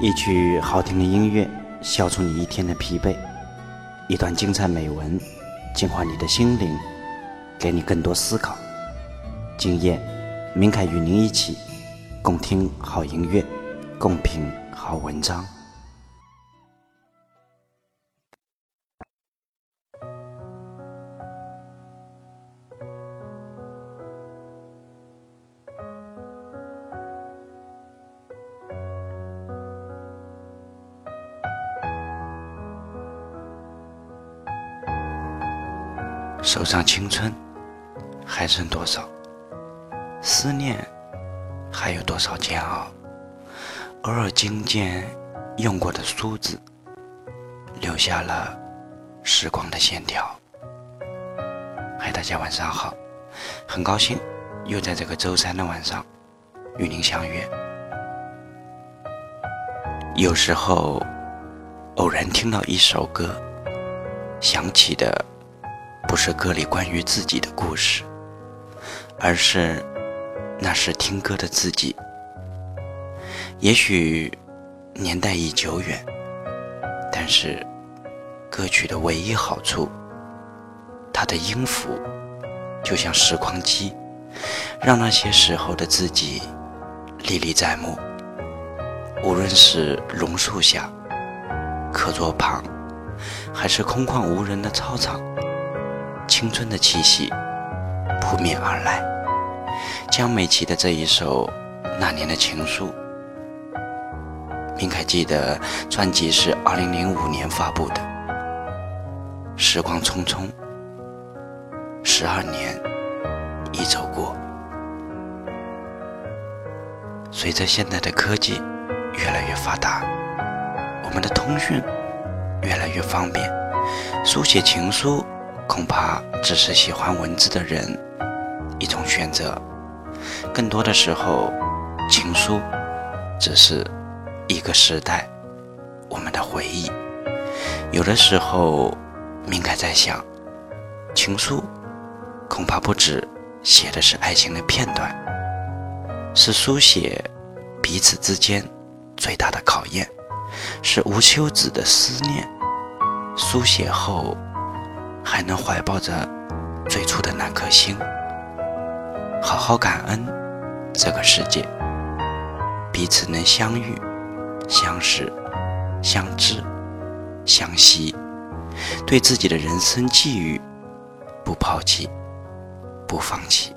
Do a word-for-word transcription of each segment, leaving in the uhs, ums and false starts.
一曲好听的音乐消除你一天的疲惫，一段精彩美文净化你的心灵，给你更多思考。今夜明凯与您一起共听好音乐，共品好文章。手上青春还剩多少？思念还有多少煎熬？偶尔经见用过的梳子，留下了时光的线条。嗨，大家晚上好，很高兴又在这个周三的晚上与您相约。有时候偶然听到一首歌，想起的不是歌里关于自己的故事，而是那时听歌的自己。也许年代已久远，但是歌曲的唯一好处，它的音符就像时光机，让那些时候的自己历历在目。无论是榕树下、课桌旁，还是空旷无人的操场，青春的气息扑面而来。江美琪的这一首《那年的情书》，明凯记得专辑是二零零五年发布的。时光匆匆，十二年已走过。随着现在的科技越来越发达，我们的通讯越来越方便，书写情书恐怕只是喜欢文字的人一种选择。更多的时候，情书只是一个时代我们的回忆。有的时候明凯在想，情书恐怕不止写的是爱情的片段，是书写彼此之间最大的考验，是无休止的思念。书写后还能怀抱着最初的那颗心，好好感恩这个世界，彼此能相遇、相识、相知、相惜，对自己的人生际遇不抛弃、不放弃。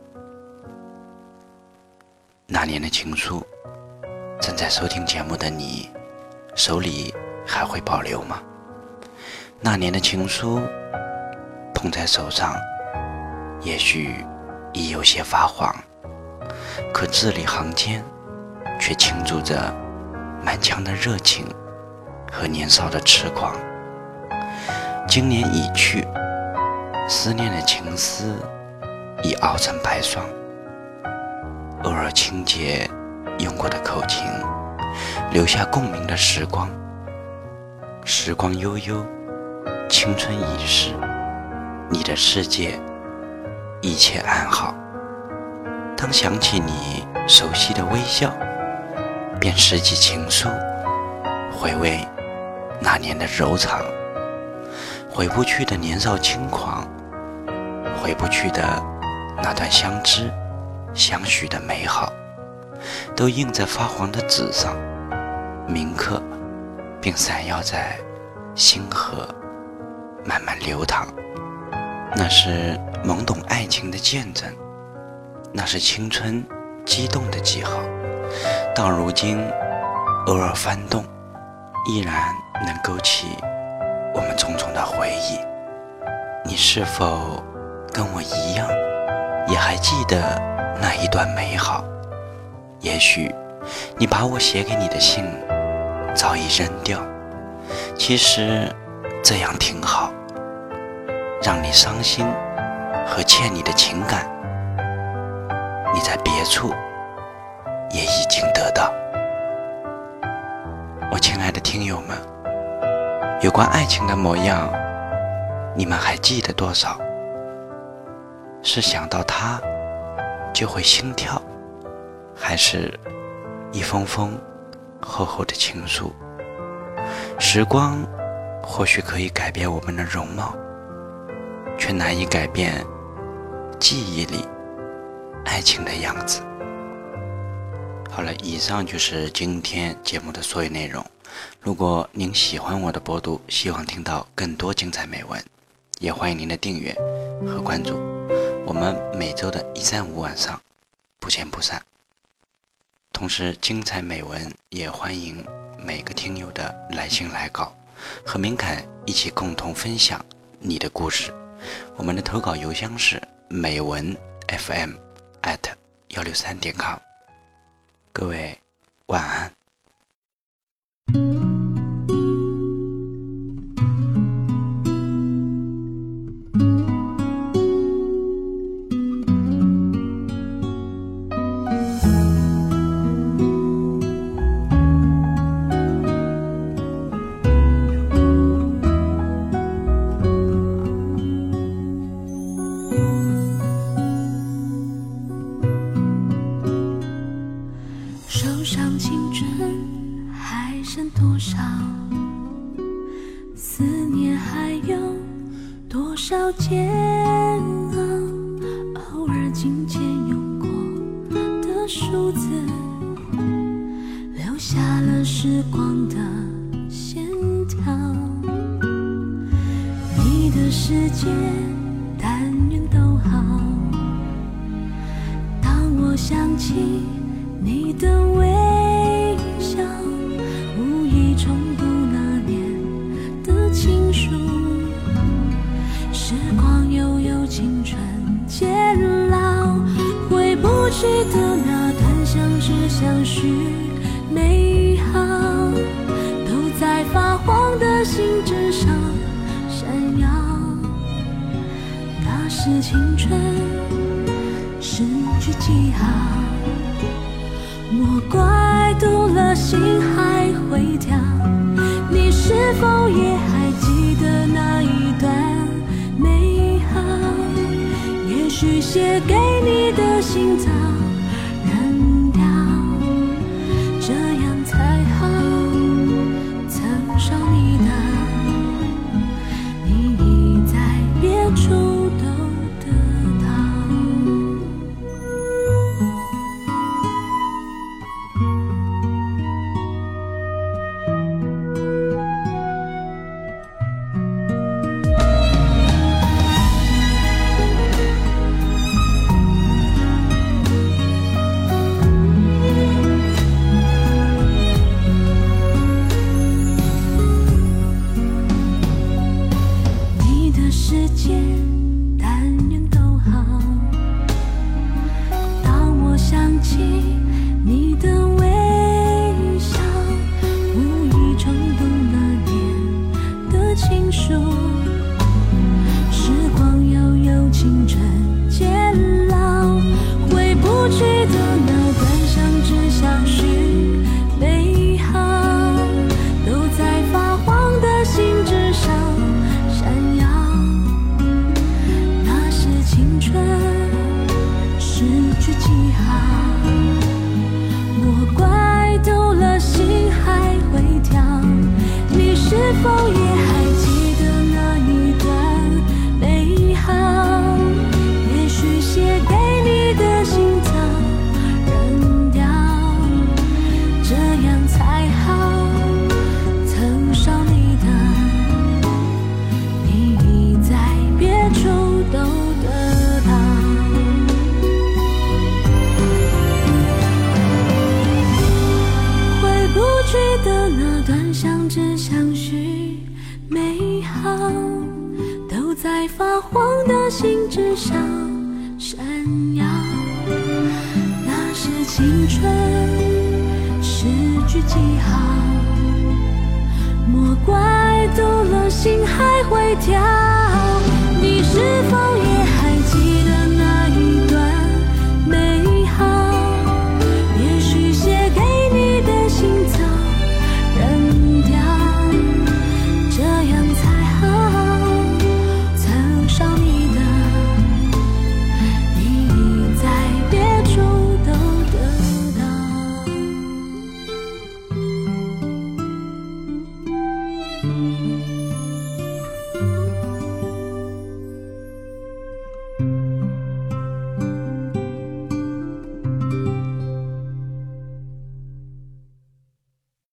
那年的情书，正在收听节目的你，手里还会保留吗？那年的情书捧在手上，也许已有些发黄，可字里行间却倾注着满腔的热情和年少的痴狂。今年已去，思念的情丝已熬成白霜，偶尔轻解用过的口琴，留下共鸣的时光。时光悠悠，青春已逝，你的世界一切安好。当想起你熟悉的微笑，便拾起情书，回味那年的柔肠。回不去的年少轻狂，回不去的那段相知相许的美好，都印在发黄的纸上，铭刻并闪耀在星河慢慢流淌。那是懵懂爱情的见证，那是青春激动的记号。到如今偶尔翻动，依然能勾起我们重重的回忆。你是否跟我一样，也还记得那一段美好？也许你把我写给你的信早已扔掉，其实这样挺好，让你伤心和欠你的情感，你在别处也已经得到。我亲爱的听友们，有关爱情的模样，你们还记得多少？是想到他就会心跳，还是一封封厚厚的情书。时光或许可以改变我们的容貌，却难以改变记忆里爱情的样子。好了，以上就是今天节目的所有内容。如果您喜欢我的播读，希望听到更多精彩美文，也欢迎您的订阅和关注。我们每周的一三五晚上不见不散。同时，精彩美文也欢迎每个听友的来信来稿，和明凯一起共同分享你的故事。我们的投稿邮箱是美文 F M at 一六三点 com。各位晚安。 手上青春还剩多少？思念还有多少煎熬？偶尔金钱用过的数字，留下了时光的线条。你的世界但愿都好。当我想起你的微笑，无意重读那年的情书。时光悠悠，青春渐老，回不去的那段相知相许美好，都在发黄的信纸上闪耀。那是青春失去记号，莫怪读了心还会跳。你是否也还记得那一段美好？也许写给你的信早扔掉，这样才好。曾少你的，你已在别处都得到。世界但愿都好。当我想起你的微笑，无意重读那年的情书。时光悠悠，青春渐老，回不去的那段相知相许美好，都在发黄的信纸上闪耀。青春失去记号，莫怪读了心还会跳。你是否也还记得那一段美好？也许写给你的信早扔掉，这样才好。曾少你的，你已在别处都的那段相知相许美好，都在发黄的信纸上闪耀。那是青春失去记号，莫怪读了心还会跳。你是否